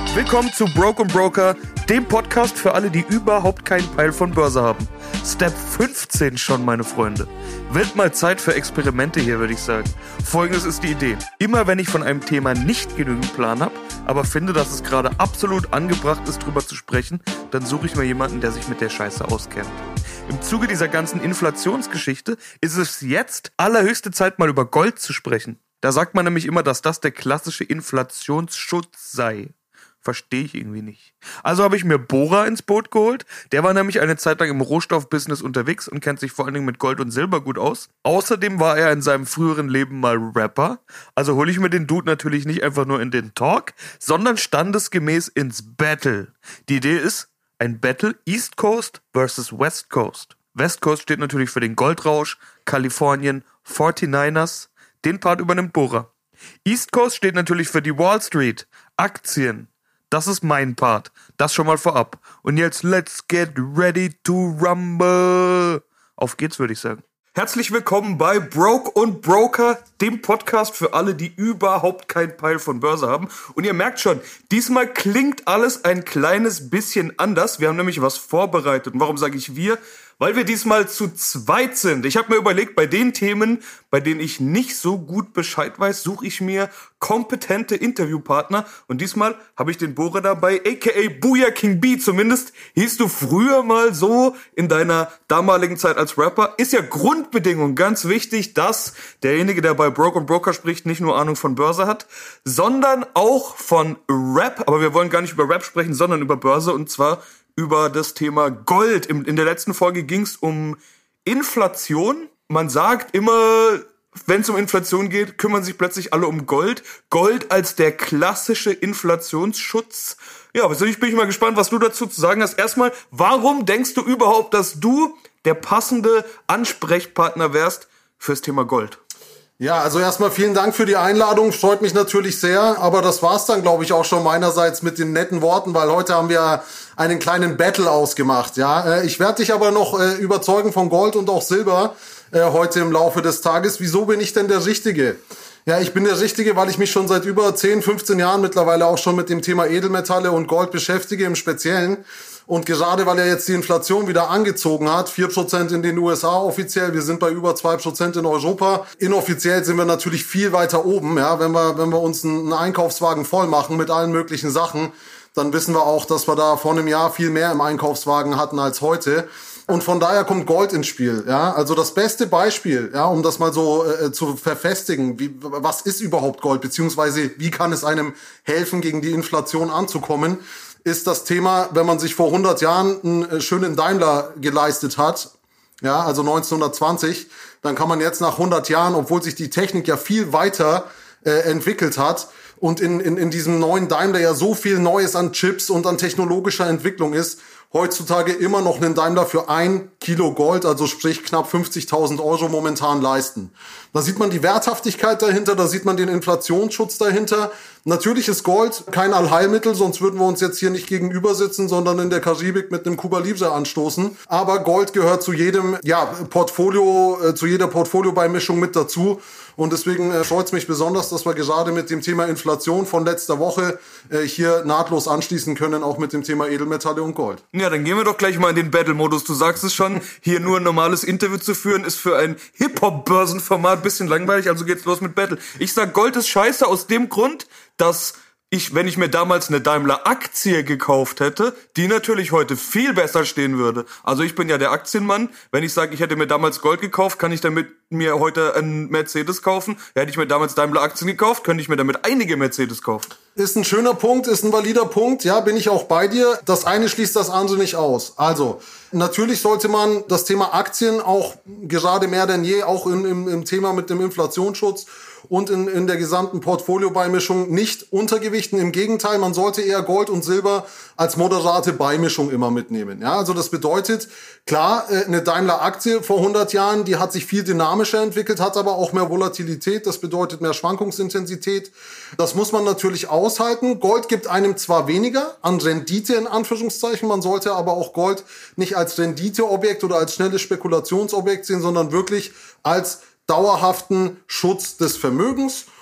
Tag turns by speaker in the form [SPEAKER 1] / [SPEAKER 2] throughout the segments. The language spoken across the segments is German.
[SPEAKER 1] Willkommen zu Broke & Broker, dem Podcast für alle, die überhaupt keinen Peil von Börse haben. Step 15 schon, meine Freunde. Wird mal Zeit für Experimente hier, würde ich sagen. Folgendes ist die Idee. Immer wenn ich von einem Thema nicht genügend Plan habe, aber finde, dass es gerade absolut angebracht ist, drüber zu sprechen, dann suche ich mir jemanden, der sich mit der Scheiße auskennt. Im Zuge dieser ganzen Inflationsgeschichte ist es jetzt allerhöchste Zeit, mal über Gold zu sprechen. Da sagt man nämlich immer, dass das der klassische Inflationsschutz sei. Verstehe ich irgendwie nicht. Also habe ich mir Bora ins Boot geholt. Der war nämlich eine Zeit lang im Rohstoffbusiness unterwegs und kennt sich vor allen Dingen mit Gold und Silber gut aus. Außerdem war er in seinem früheren Leben mal Rapper. Also hole ich mir den Dude natürlich nicht einfach nur in den Talk, sondern standesgemäß ins Battle. Die Idee ist ein Battle East Coast versus West Coast. West Coast steht natürlich für den Goldrausch, Kalifornien, 49ers. Den Part übernimmt Bora. East Coast steht natürlich für die Wall Street, Aktien. Das ist mein Part. Das schon mal vorab. Und jetzt let's get ready to rumble. Auf geht's, würde ich sagen. Herzlich willkommen bei Broke & Broker, dem Podcast für alle, die überhaupt keinen Peil von Börse haben. Und ihr merkt schon, diesmal klingt alles ein kleines bisschen anders. Wir haben nämlich was vorbereitet. Und warum sage ich wir? Weil wir diesmal zu zweit sind. Ich habe mir überlegt, bei den Themen, bei denen ich nicht so gut Bescheid weiß, suche ich mir kompetente Interviewpartner. Und diesmal habe ich den Bora dabei, a.k.a. Booyah King B. Zumindest hieß du früher mal so in deiner damaligen Zeit als Rapper. Ist ja Grundbedingung, ganz wichtig, dass derjenige, der bei Broke & Broker spricht, nicht nur Ahnung von Börse hat, sondern auch von Rap. Aber wir wollen gar nicht über Rap sprechen, sondern über Börse, und zwar über das Thema Gold. In der letzten Folge ging es um Inflation. Man sagt immer, wenn es um Inflation geht, kümmern sich plötzlich alle um Gold. Gold als der klassische Inflationsschutz. Ja, also ich bin mal gespannt, was du dazu zu sagen hast. Erstmal, warum denkst du überhaupt, dass du der passende Ansprechpartner wärst fürs Thema Gold?
[SPEAKER 2] Ja, also erstmal vielen Dank für die Einladung, freut mich natürlich sehr, aber das war's dann, glaube ich, auch schon meinerseits mit den netten Worten, weil heute haben wir einen kleinen Battle ausgemacht, ja. Ich werde dich aber noch überzeugen von Gold und auch Silber heute im Laufe des Tages. Wieso bin ich denn der Richtige? Ja, ich bin der Richtige, weil ich mich schon seit über 10, 15 Jahren mittlerweile auch schon mit dem Thema Edelmetalle und Gold beschäftige im Speziellen. Und gerade weil ja jetzt die Inflation wieder angezogen hat, 4% in den USA offiziell, wir sind bei über 2% in Europa. Inoffiziell sind wir natürlich viel weiter oben, ja, wenn wir uns einen Einkaufswagen voll machen mit allen möglichen Sachen, dann wissen wir auch, dass wir da vor einem Jahr viel mehr im Einkaufswagen hatten als heute. Und von daher kommt Gold ins Spiel, ja. Also das beste Beispiel, ja, um das mal so zu verfestigen, was ist überhaupt Gold, beziehungsweise wie kann es einem helfen, gegen die Inflation anzukommen, ist das Thema, wenn man sich vor 100 Jahren einen schönen Daimler geleistet hat, ja, also 1920, dann kann man jetzt nach 100 Jahren, obwohl sich die Technik ja viel weiter entwickelt hat und in diesem neuen Daimler ja so viel Neues an Chips und an technologischer Entwicklung ist, heutzutage immer noch einen Daimler für 1 Kilo Gold, also sprich knapp 50.000 Euro momentan leisten. Da sieht man die Werthaftigkeit dahinter, da sieht man den Inflationsschutz dahinter. Natürlich ist Gold kein Allheilmittel, sonst würden wir uns jetzt hier nicht gegenüber sitzen, sondern in der Karibik mit einem Cuba Libre anstoßen. Aber Gold gehört zu jedem Portfolio, zu jeder Portfoliobeimischung mit dazu. Und deswegen freut es mich besonders, dass wir gerade mit dem Thema Inflation von letzter Woche hier nahtlos anschließen können, auch mit dem Thema Edelmetalle und Gold.
[SPEAKER 1] Ja, dann gehen wir doch gleich mal in den Battle-Modus. Du sagst es schon, hier nur ein normales Interview zu führen, ist für ein Hip-Hop-Börsenformat ein bisschen langweilig, also geht's los mit Battle. Ich sag, Gold ist scheiße aus dem Grund, dass wenn ich mir damals eine Daimler-Aktie gekauft hätte, die natürlich heute viel besser stehen würde. Also ich bin ja der Aktienmann. Wenn ich sage, ich hätte mir damals Gold gekauft, kann ich damit mir heute einen Mercedes kaufen. Hätte ich mir damals Daimler-Aktien gekauft, könnte ich mir damit einige Mercedes kaufen.
[SPEAKER 2] Ist ein schöner Punkt, ist ein valider Punkt. Ja, bin ich auch bei dir. Das eine schließt das andere nicht aus. Also, natürlich sollte man das Thema Aktien auch gerade mehr denn je, auch im Thema mit dem Inflationsschutz und in der gesamten Portfoliobeimischung nicht untergewichten. Im Gegenteil, man sollte eher Gold und Silber als moderate Beimischung immer mitnehmen. Ja, also das bedeutet, klar, eine Daimler-Aktie vor 100 Jahren, die hat sich viel dynamischer entwickelt, hat aber auch mehr Volatilität. Das bedeutet mehr Schwankungsintensität. Das muss man natürlich aushalten. Gold gibt einem zwar weniger an Rendite in Anführungszeichen, man sollte aber auch Gold nicht als Renditeobjekt oder als schnelles Spekulationsobjekt sehen, sondern wirklich als dauerhaften Schutz des Vermögens.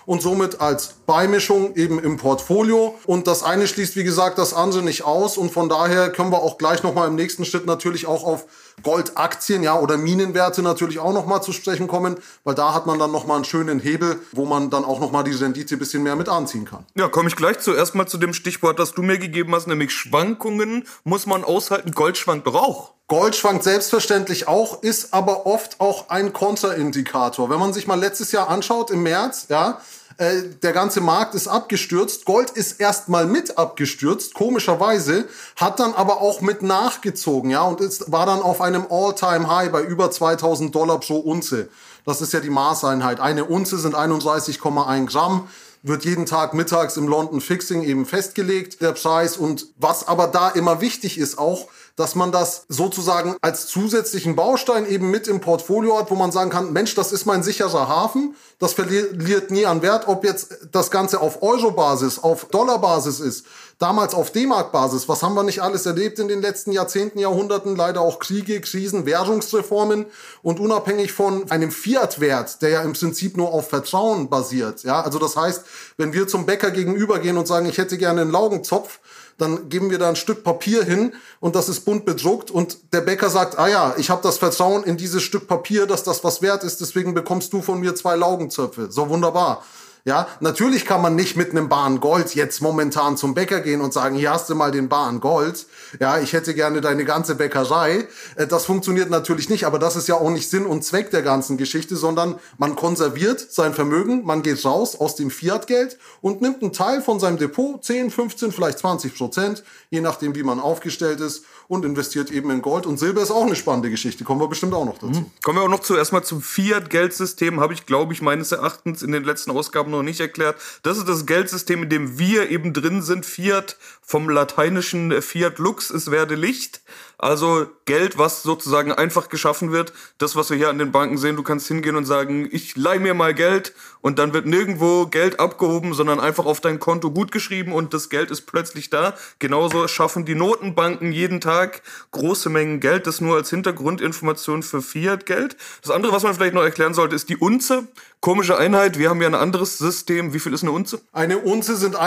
[SPEAKER 2] und somit als Beimischung eben im Portfolio. Und das eine schließt, wie gesagt, das andere nicht aus. Und von daher können wir auch gleich nochmal im nächsten Schritt natürlich auch auf Goldaktien, ja, oder Minenwerte natürlich auch nochmal zu sprechen kommen, weil da hat man dann nochmal einen schönen Hebel, wo man dann auch nochmal die Rendite ein bisschen mehr mit anziehen kann.
[SPEAKER 1] Ja, komme ich gleich zuerst mal zu dem Stichwort, das du mir gegeben hast, nämlich Schwankungen muss man aushalten. Gold schwankt doch auch.
[SPEAKER 2] Gold schwankt selbstverständlich auch, ist aber oft auch ein Kontraindikator. Wenn man sich mal letztes Jahr anschaut, im März, ja, der ganze Markt ist abgestürzt. Gold ist erstmal mit abgestürzt, komischerweise, hat dann aber auch mit nachgezogen, ja, und war dann auf einem All-Time-High bei über $2.000 pro Unze. Das ist ja die Maßeinheit. Eine Unze sind 31,1 Gramm. Wird jeden Tag mittags im London Fixing eben festgelegt, der Preis. Und was aber da immer wichtig ist auch, dass man das sozusagen als zusätzlichen Baustein eben mit im Portfolio hat, wo man sagen kann, Mensch, das ist mein sicherer Hafen, das verliert nie an Wert, ob jetzt das Ganze auf Euro-Basis, auf Dollar-Basis ist, damals auf D-Mark-Basis. Was haben wir nicht alles erlebt in den letzten Jahrzehnten, Jahrhunderten? Leider auch Kriege, Krisen, Währungsreformen und unabhängig von einem Fiat-Wert, der ja im Prinzip nur auf Vertrauen basiert. Ja, also das heißt, wenn wir zum Bäcker gegenübergehen und sagen, ich hätte gerne einen Laugenzopf, dann geben wir da ein Stück Papier hin und das ist bunt bedruckt und der Bäcker sagt, ah ja, ich habe das Vertrauen in dieses Stück Papier, dass das was wert ist, deswegen bekommst du von mir 2 Laugenzöpfe. So wunderbar. Ja, natürlich kann man nicht mit einem Bahn Gold jetzt momentan zum Bäcker gehen und sagen, hier hast du mal den Bahn Gold. Ja, ich hätte gerne deine ganze Bäckerei. Das funktioniert natürlich nicht, aber das ist ja auch nicht Sinn und Zweck der ganzen Geschichte, sondern man konserviert sein Vermögen, man geht raus aus dem Fiat-Geld und nimmt einen Teil von seinem Depot, 10, 15, vielleicht 20%, je nachdem, wie man aufgestellt ist, und investiert eben in Gold. Und Silber ist auch eine spannende Geschichte, kommen wir bestimmt auch noch dazu.
[SPEAKER 1] Kommen wir auch noch zuerst mal zum Fiat-Geldsystem, habe ich, glaube ich, meines Erachtens in den letzten Ausgaben noch nicht erklärt. Das ist das Geldsystem, in dem wir eben drin sind. Fiat vom lateinischen Fiat Lux, es werde Licht. Also Geld, was sozusagen einfach geschaffen wird. Das, was wir hier an den Banken sehen, du kannst hingehen und sagen, ich leih mir mal Geld und dann wird nirgendwo Geld abgehoben, sondern einfach auf dein Konto gutgeschrieben und das Geld ist plötzlich da. Genauso schaffen die Notenbanken jeden Tag große Mengen Geld. Das nur als Hintergrundinformation für Fiat-Geld. Das andere, was man vielleicht noch erklären sollte, ist die Unze. Komische Einheit, wir haben ja ein anderes System. Wie viel ist eine Unze?
[SPEAKER 2] Eine Unze sind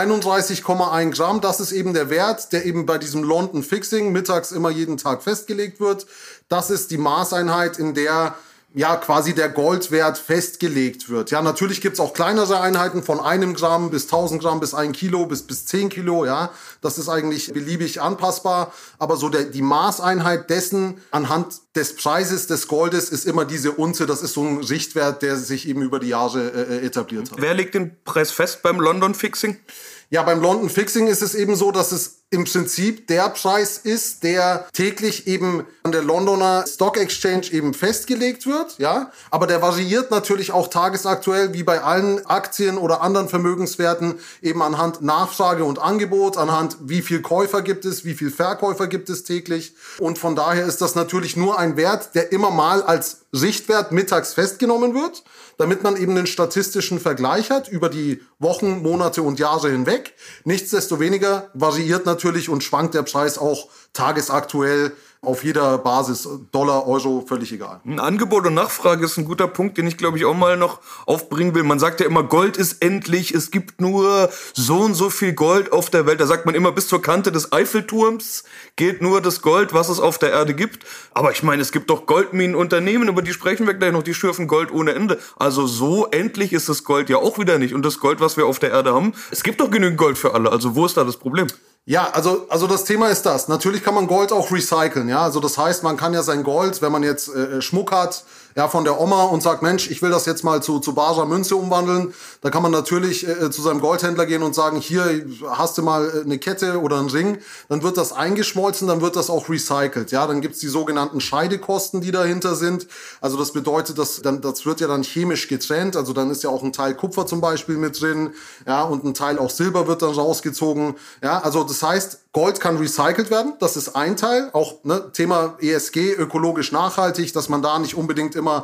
[SPEAKER 2] 31,1 Gramm. Das ist eben der Wert, der eben bei diesem London Fixing mittags immer jeden Tag festgelegt wird. Das ist die Maßeinheit, in der ja quasi der Goldwert festgelegt wird. Ja, natürlich gibt's auch kleinere Einheiten von 1 Gramm bis 1000 Gramm bis 1 Kilo bis 10 Kilo. Ja, das ist eigentlich beliebig anpassbar. Aber so die Maßeinheit dessen anhand des Preises des Goldes ist immer diese Unze. Das ist so ein Richtwert, der sich eben über die Jahre etabliert hat.
[SPEAKER 1] Wer legt den Preis fest beim London Fixing?
[SPEAKER 2] Ja, beim London Fixing ist es eben so, dass es im Prinzip der Preis ist, der täglich eben an der Londoner Stock Exchange eben festgelegt wird, ja. Aber der variiert natürlich auch tagesaktuell, wie bei allen Aktien oder anderen Vermögenswerten, eben anhand Nachfrage und Angebot, anhand wie viel Käufer gibt es, wie viel Verkäufer gibt es täglich. Und von daher ist das natürlich nur ein Wert, der immer mal als Richtwert mittags festgenommen wird, damit man eben einen statistischen Vergleich hat über die Wochen, Monate und Jahre hinweg. Nichtsdestoweniger variiert natürlich und schwankt der Preis auch tagesaktuell auf jeder Basis, Dollar, Euro, völlig egal.
[SPEAKER 1] Angebot und Nachfrage ist ein guter Punkt, den ich glaube ich auch mal noch aufbringen will. Man sagt ja immer, Gold ist endlich, es gibt nur so und so viel Gold auf der Welt. Da sagt man immer, bis zur Kante des Eiffelturms geht nur das Gold, was es auf der Erde gibt. Aber ich meine, es gibt doch Goldminenunternehmen, über die sprechen wir gleich noch, die schürfen Gold ohne Ende. Also so endlich ist das Gold ja auch wieder nicht. Und das Gold, was wir auf der Erde haben, es gibt doch genügend Gold für alle. Also wo ist da das Problem?
[SPEAKER 2] Ja, also das Thema ist das. Natürlich kann man Gold auch recyceln, ja. Also das heißt, man kann ja sein Gold, wenn man jetzt Schmuck hat, ja, von der Oma und sagt, Mensch, ich will das jetzt mal zu barer Münze umwandeln, da kann man natürlich zu seinem Goldhändler gehen und sagen, hier hast du mal eine Kette oder einen Ring, dann wird das eingeschmolzen, dann wird das auch recycelt, ja, dann gibt's die sogenannten Scheidekosten, die dahinter sind, also das bedeutet, das wird ja dann chemisch getrennt, also dann ist ja auch ein Teil Kupfer zum Beispiel mit drin, ja, und ein Teil auch Silber wird dann rausgezogen, ja, also das heißt, Gold kann recycelt werden, das ist ein Teil, auch Thema ESG, ökologisch nachhaltig, dass man da nicht unbedingt immer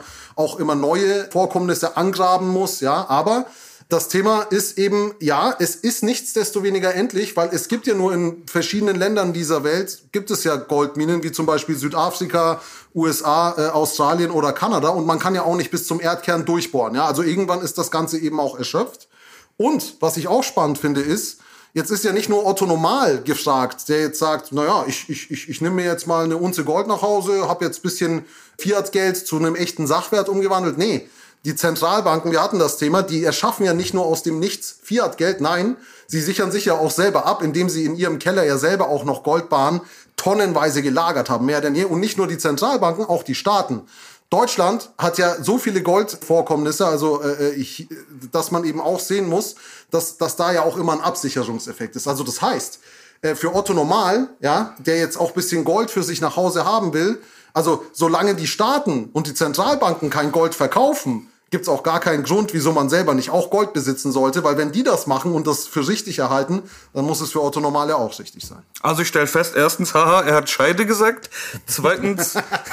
[SPEAKER 2] neue Vorkommnisse angraben muss, ja, aber das Thema ist eben, ja, es ist nichtsdestoweniger endlich, weil es gibt ja nur in verschiedenen Ländern dieser Welt, gibt es ja Goldminen, wie zum Beispiel Südafrika, USA, Australien oder Kanada und man kann ja auch nicht bis zum Erdkern durchbohren, ja, also irgendwann ist das Ganze eben auch erschöpft. Und was ich auch spannend finde ist, jetzt ist ja nicht nur Otto Normal gefragt, der jetzt sagt, naja, ich nehme mir jetzt mal eine Unze Gold nach Hause, habe jetzt ein bisschen Fiat-Geld zu einem echten Sachwert umgewandelt. Nee, die Zentralbanken, wir hatten das Thema, die erschaffen ja nicht nur aus dem Nichts Fiat-Geld, nein, sie sichern sich ja auch selber ab, indem sie in ihrem Keller ja selber auch noch Goldbarren tonnenweise gelagert haben, mehr denn je. Und nicht nur die Zentralbanken, auch die Staaten. Deutschland hat ja so viele Goldvorkommnisse, also dass man eben auch sehen muss, dass da ja auch immer ein Absicherungseffekt ist. Also das heißt, für Otto Normal, ja, der jetzt auch ein bisschen Gold für sich nach Hause haben will, also solange die Staaten und die Zentralbanken kein Gold verkaufen, gibt's auch gar keinen Grund, wieso man selber nicht auch Gold besitzen sollte, weil wenn die das machen und das für richtig erhalten, dann muss es für Otto Normal ja auch richtig sein.
[SPEAKER 1] Also ich stelle fest, erstens, haha, er hat Scheide gesagt. Zweitens,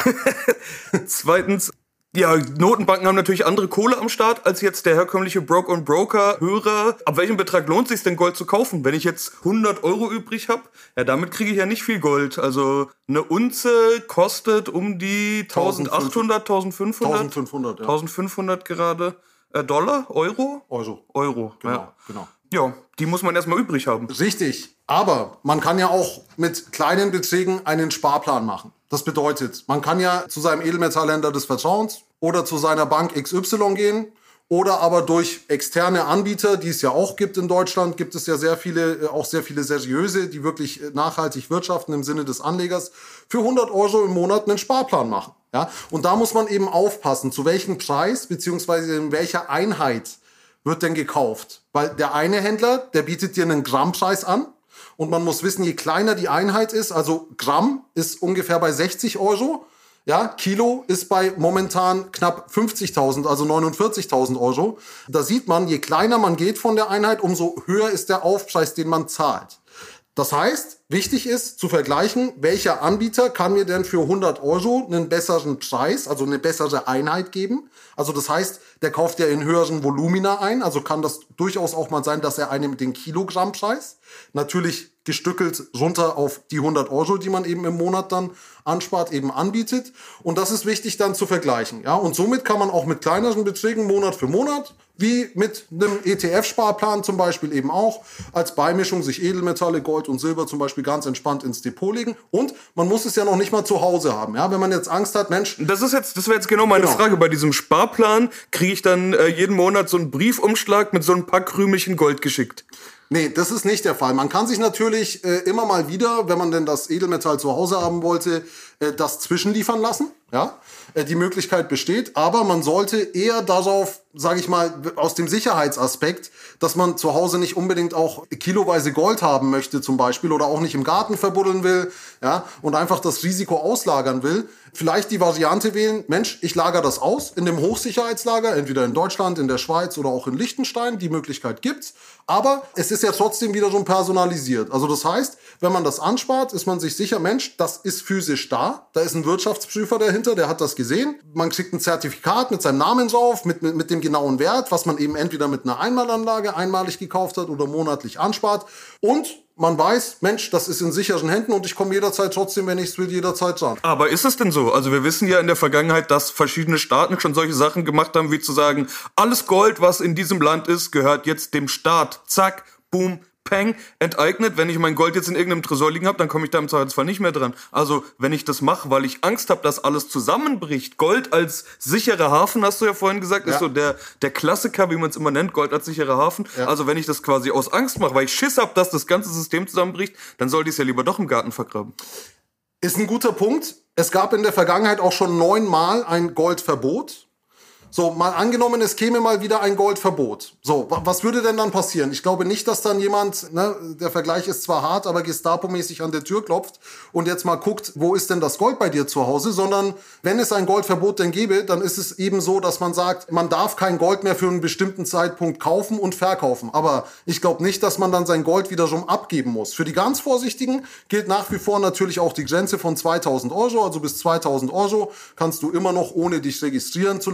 [SPEAKER 1] ja, Notenbanken haben natürlich andere Kohle am Start als jetzt der herkömmliche Broker-Hörer. Ab welchem Betrag lohnt es sich denn Gold zu kaufen? Wenn ich jetzt 100 Euro übrig habe, ja, damit kriege ich ja nicht viel Gold. Also eine Unze kostet um die 1800, 1500?
[SPEAKER 2] 1500, ja.
[SPEAKER 1] 1500 gerade. Dollar? Euro?
[SPEAKER 2] Euro,
[SPEAKER 1] genau.
[SPEAKER 2] Genau.
[SPEAKER 1] Ja, die muss man erstmal übrig haben.
[SPEAKER 2] Richtig, aber man kann ja auch mit kleinen Beträgen einen Sparplan machen. Das bedeutet, man kann ja zu seinem Edelmetallhändler des Vertrauens oder zu seiner Bank XY gehen oder aber durch externe Anbieter, die es ja auch gibt in Deutschland, gibt es ja sehr viele seriöse, die wirklich nachhaltig wirtschaften im Sinne des Anlegers, für 100 Euro im Monat einen Sparplan machen. Ja? Und da muss man eben aufpassen, zu welchem Preis bzw. in welcher Einheit wird denn gekauft. Weil der eine Händler, der bietet dir einen Grammpreis an. Und man muss wissen, je kleiner die Einheit ist, also Gramm ist ungefähr bei 60 Euro. Ja, Kilo ist bei momentan knapp 50.000, also 49.000 Euro. Da sieht man, je kleiner man geht von der Einheit, umso höher ist der Aufpreis, den man zahlt. Das heißt, wichtig ist zu vergleichen, welcher Anbieter kann mir denn für 100 Euro einen besseren Preis, also eine bessere Einheit geben. Also das heißt, der kauft ja in höheren Volumina ein, also kann das durchaus auch mal sein, dass er einem den Kilogrammpreis, natürlich gestückelt runter auf die 100 Euro, die man eben im Monat dann anspart, eben anbietet. Und das ist wichtig dann zu vergleichen. Ja? Und somit kann man auch mit kleineren Beträgen Monat für Monat, wie mit einem ETF-Sparplan zum Beispiel eben auch, als Beimischung sich Edelmetalle, Gold und Silber zum Beispiel ganz entspannt ins Depot legen. Und man muss es ja noch nicht mal zu Hause haben. Ja? Wenn man jetzt Angst hat, Mensch...
[SPEAKER 1] Das wäre jetzt genau meine Frage. Bei diesem Sparplan kriege ich dann jeden Monat so einen Briefumschlag mit so ein paar Krümelchen Gold geschickt.
[SPEAKER 2] Nee, das ist nicht der Fall. Man kann sich natürlich immer mal wieder, wenn man denn das Edelmetall zu Hause haben wollte, das zwischenliefern lassen. Ja, die Möglichkeit besteht, aber man sollte eher darauf, sage ich mal, aus dem Sicherheitsaspekt, dass man zu Hause nicht unbedingt auch kiloweise Gold haben möchte zum Beispiel oder auch nicht im Garten verbuddeln will, ja, und einfach das Risiko auslagern will, vielleicht die Variante wählen, Mensch, ich lagere das aus in dem Hochsicherheitslager, entweder in Deutschland, in der Schweiz oder auch in Liechtenstein, die Möglichkeit gibt's, aber es ist ja trotzdem wiederum personalisiert. Also das heißt, wenn man das anspart, ist man sich sicher, Mensch, das ist physisch da ist ein Wirtschaftsprüfer dahinter, der hat das gesehen. Man kriegt ein Zertifikat mit seinem Namen drauf, mit dem genauen Wert, was man eben entweder mit einer Einmalanlage einmalig gekauft hat oder monatlich anspart. Und man weiß, Mensch, das ist in sicheren Händen und ich komme jederzeit trotzdem, wenn ich es will, jederzeit dran.
[SPEAKER 1] Aber ist es denn so? Also wir wissen ja in der Vergangenheit, dass verschiedene Staaten schon solche Sachen gemacht haben, wie zu sagen, alles Gold, was in diesem Land ist, gehört jetzt dem Staat. Zack, boom, peng, enteignet. Wenn ich mein Gold jetzt in irgendeinem Tresor liegen habe, dann komme ich da im Zweifelsfall nicht mehr dran. Also wenn ich das mache, weil ich Angst habe, dass alles zusammenbricht. Gold als sicherer Hafen, hast du ja vorhin gesagt, ist so der Klassiker, wie man es immer nennt, Gold als sicherer Hafen. Ja. Also wenn ich das quasi aus Angst mache, weil ich Schiss habe, dass das ganze System zusammenbricht, dann sollte ich es ja lieber doch im Garten vergraben.
[SPEAKER 2] Ist ein guter Punkt. Es gab in der Vergangenheit auch schon 9-mal ein Goldverbot. So, mal angenommen, es käme mal wieder ein Goldverbot. So, was würde denn dann passieren? Ich glaube nicht, dass dann jemand, der Vergleich ist zwar hart, aber Gestapo-mäßig an der Tür klopft und jetzt mal guckt, wo ist denn das Gold bei dir zu Hause, sondern wenn es ein Goldverbot denn gäbe, dann ist es eben so, dass man sagt, man darf kein Gold mehr für einen bestimmten Zeitpunkt kaufen und verkaufen. Aber ich glaube nicht, dass man dann sein Gold wiederum abgeben muss. Für die ganz Vorsichtigen gilt nach wie vor natürlich auch die Grenze von 2.000 Euro, also bis 2.000 Euro kannst du immer noch, ohne dich registrieren zu lassen,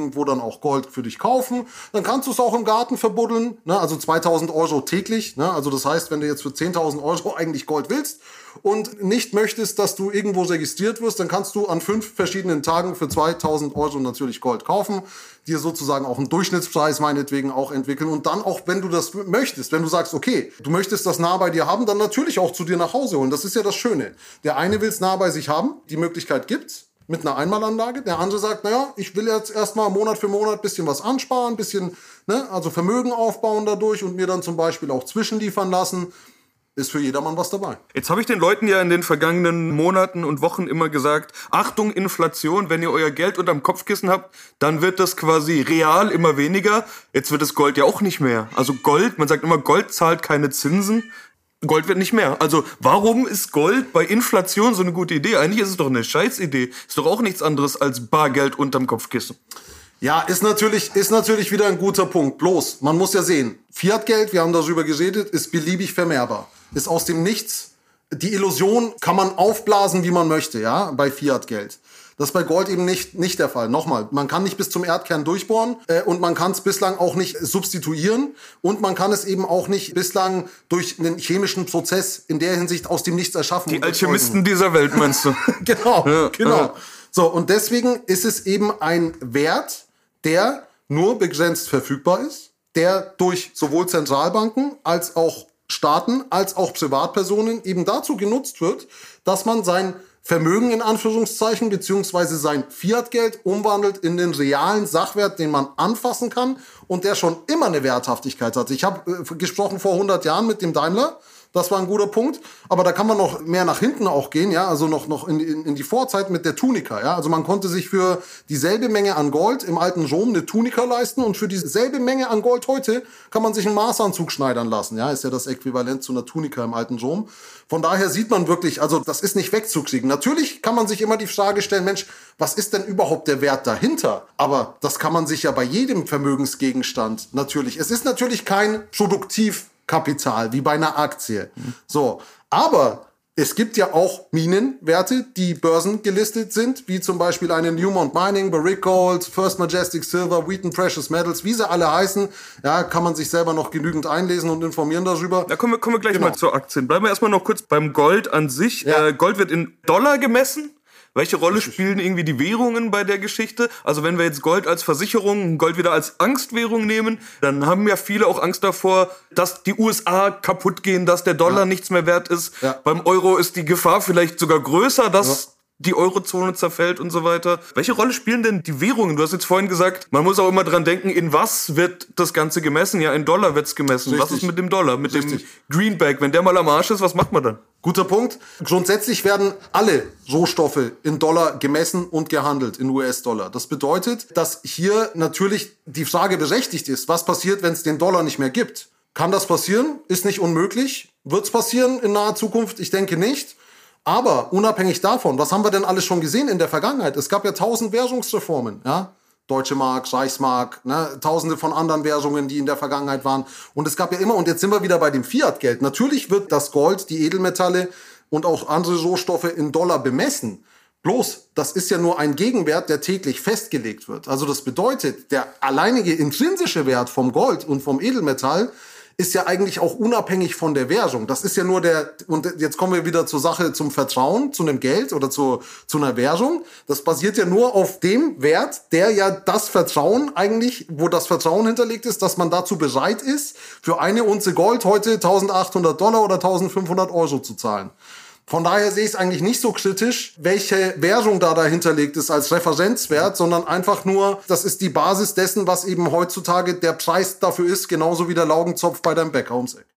[SPEAKER 2] irgendwo dann auch Gold für dich kaufen. Dann kannst du es auch im Garten verbuddeln, ne? Also 2.000 Euro täglich. Ne? Also das heißt, wenn du jetzt für 10.000 Euro eigentlich Gold willst und nicht möchtest, dass du irgendwo registriert wirst, dann kannst du an 5 verschiedenen Tagen für 2.000 Euro natürlich Gold kaufen, dir sozusagen auch einen Durchschnittspreis meinetwegen auch entwickeln und dann auch, wenn du das möchtest, wenn du sagst, okay, du möchtest das nah bei dir haben, dann natürlich auch zu dir nach Hause holen. Das ist ja das Schöne. Der eine will es nah bei sich haben, die Möglichkeit gibt's mit einer Einmalanlage. Der andere sagt, naja, ich will jetzt erstmal Monat für Monat ein bisschen was ansparen, ein bisschen, ne, also Vermögen aufbauen dadurch und mir dann zum Beispiel auch zwischenliefern lassen. Ist für jedermann was dabei.
[SPEAKER 1] Jetzt habe ich den Leuten ja in den vergangenen Monaten und Wochen immer gesagt, Achtung, Inflation, wenn ihr euer Geld unterm Kopfkissen habt, dann wird das quasi real immer weniger. Jetzt wird das Gold ja auch nicht mehr. Also Gold, man sagt immer, Gold zahlt keine Zinsen. Gold wird nicht mehr. Also warum ist Gold bei Inflation so eine gute Idee? Eigentlich ist es doch eine Scheißidee. Ist doch auch nichts anderes als Bargeld unterm Kopfkissen.
[SPEAKER 2] Ja, ist natürlich wieder ein guter Punkt. Bloß, man muss ja sehen, Fiatgeld, wir haben darüber geredet, ist beliebig vermehrbar. Ist aus dem Nichts. Die Illusion kann man aufblasen, wie man möchte, ja, bei Fiatgeld. Das ist bei Gold eben nicht der Fall. Nochmal, man kann nicht bis zum Erdkern durchbohren und man kann es bislang auch nicht substituieren und man kann es eben auch nicht bislang durch einen chemischen Prozess in der Hinsicht aus dem Nichts erschaffen.
[SPEAKER 1] Die Alchemisten dieser Welt, meinst du?
[SPEAKER 2] Genau. Ja. So, und deswegen ist es eben ein Wert, der nur begrenzt verfügbar ist, der durch sowohl Zentralbanken als auch Staaten als auch Privatpersonen eben dazu genutzt wird, dass man sein Vermögen in Anführungszeichen beziehungsweise sein Fiatgeld umwandelt in den realen Sachwert, den man anfassen kann und der schon immer eine Werthaftigkeit hat. Ich habe gesprochen vor 100 Jahren mit dem Daimler. Das war ein guter Punkt. Aber da kann man noch mehr nach hinten auch gehen, ja, also noch in die Vorzeit mit der Tunika, ja. Also man konnte sich für dieselbe Menge an Gold im alten Rom eine Tunika leisten und für dieselbe Menge an Gold heute kann man sich einen Maßanzug schneidern lassen, ja. Ist ja das Äquivalent zu einer Tunika im alten Rom. Von daher sieht man wirklich, also das ist nicht wegzukriegen. Natürlich kann man sich immer die Frage stellen, Mensch, was ist denn überhaupt der Wert dahinter? Aber das kann man sich ja bei jedem Vermögensgegenstand natürlich. Es ist natürlich kein Produktivkapital wie bei einer Aktie. So, aber es gibt ja auch Minenwerte, die börsengelistet sind, wie zum Beispiel eine Newmont Mining, Barrick Gold, First Majestic Silver, Wheaton Precious Metals, wie sie alle heißen. Ja, kann man sich selber noch genügend einlesen und informieren darüber.
[SPEAKER 1] Da kommen wir gleich mal zu Aktien. Bleiben wir erstmal noch kurz beim Gold an sich. Ja. Gold wird in Dollar gemessen. Welche Rolle spielen irgendwie die Währungen bei der Geschichte? Also wenn wir jetzt Gold als Versicherung, Gold wieder als Angstwährung nehmen, dann haben ja viele auch Angst davor, dass die USA kaputt gehen, dass der Dollar nichts mehr wert ist. Ja. Beim Euro ist die Gefahr vielleicht sogar größer, dass die Eurozone zerfällt und so weiter. Welche Rolle spielen denn die Währungen? Du hast jetzt vorhin gesagt, man muss auch immer dran denken, in was wird das Ganze gemessen? Ja, in Dollar wird's gemessen. Richtig. Was ist mit dem Dollar, mit dem Greenback? Wenn der mal am Arsch ist, was macht man dann?
[SPEAKER 2] Guter Punkt. Grundsätzlich werden alle Rohstoffe in Dollar gemessen und gehandelt, in US-Dollar. Das bedeutet, dass hier natürlich die Frage berechtigt ist, was passiert, wenn es den Dollar nicht mehr gibt? Kann das passieren? Ist nicht unmöglich. Wird's passieren in naher Zukunft? Ich denke nicht. Aber unabhängig davon, was haben wir denn alles schon gesehen in der Vergangenheit? Es gab ja 1000 Währungsreformen, ja? Deutsche Mark, Reichsmark, ne? Tausende von anderen Währungen, die in der Vergangenheit waren. Und es gab ja immer, und jetzt sind wir wieder bei dem Fiat-Geld. Natürlich wird das Gold, die Edelmetalle und auch andere Rohstoffe in Dollar bemessen. Bloß, das ist ja nur ein Gegenwert, der täglich festgelegt wird. Also das bedeutet, der alleinige intrinsische Wert vom Gold und vom Edelmetall ist ja eigentlich auch unabhängig von der Währung. Das ist ja nur und jetzt kommen wir wieder zur Sache, zum Vertrauen, zu einem Geld oder zu einer Währung. Das basiert ja nur auf dem Wert, der ja das Vertrauen eigentlich, wo das Vertrauen hinterlegt ist, dass man dazu bereit ist, für eine Unze Gold heute $1.800 oder 1.500 Euro zu zahlen. Von daher sehe ich es eigentlich nicht so kritisch, welche Währung da dahinterlegt ist als Referenzwert, sondern einfach nur, das ist die Basis dessen, was eben heutzutage der Preis dafür ist, genauso wie der Laugenzopf bei deinem Bäcker ums Eck.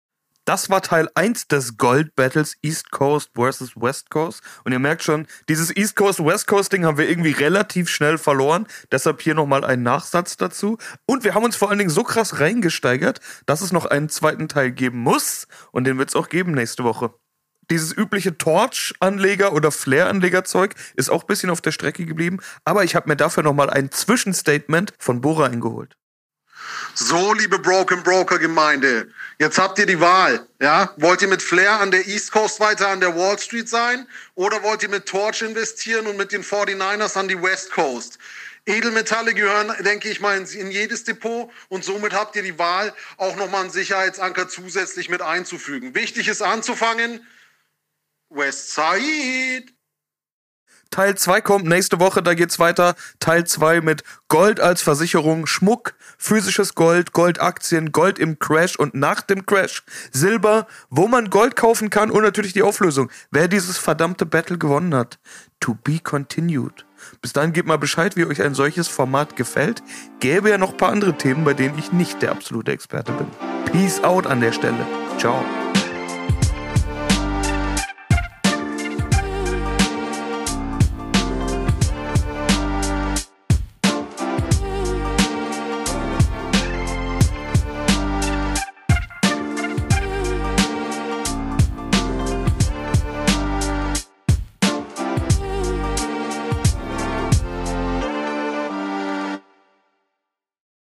[SPEAKER 1] Das war Teil 1 des Gold Battles East Coast versus West Coast. Und ihr merkt schon, dieses East Coast, West Coast Ding haben wir irgendwie relativ schnell verloren. Deshalb hier nochmal ein Nachsatz dazu. Und wir haben uns vor allen Dingen so krass reingesteigert, dass es noch einen zweiten Teil geben muss. Und den wird es auch geben nächste Woche. Dieses übliche Torch-Anleger- oder Flare-Anleger-Zeug ist auch ein bisschen auf der Strecke geblieben. Aber ich habe mir dafür nochmal ein Zwischenstatement von Bora eingeholt.
[SPEAKER 2] So, liebe Broken Broker Gemeinde, jetzt habt ihr die Wahl. Ja? Wollt ihr mit Flair an der East Coast weiter an der Wall Street sein? Oder wollt ihr mit Torch investieren und mit den 49ers an die West Coast? Edelmetalle gehören, denke ich mal, in jedes Depot und somit habt ihr die Wahl, auch nochmal einen Sicherheitsanker zusätzlich mit einzufügen. Wichtig ist anzufangen, Westside.
[SPEAKER 1] Teil 2 kommt nächste Woche, da geht's weiter. Teil 2 mit Gold als Versicherung, Schmuck, physisches Gold, Goldaktien, Gold im Crash und nach dem Crash, Silber, wo man Gold kaufen kann und natürlich die Auflösung. Wer dieses verdammte Battle gewonnen hat. To be continued. Bis dahin gebt mal Bescheid, wie euch ein solches Format gefällt. Gäbe ja noch ein paar andere Themen, bei denen ich nicht der absolute Experte bin. Peace out an der Stelle. Ciao.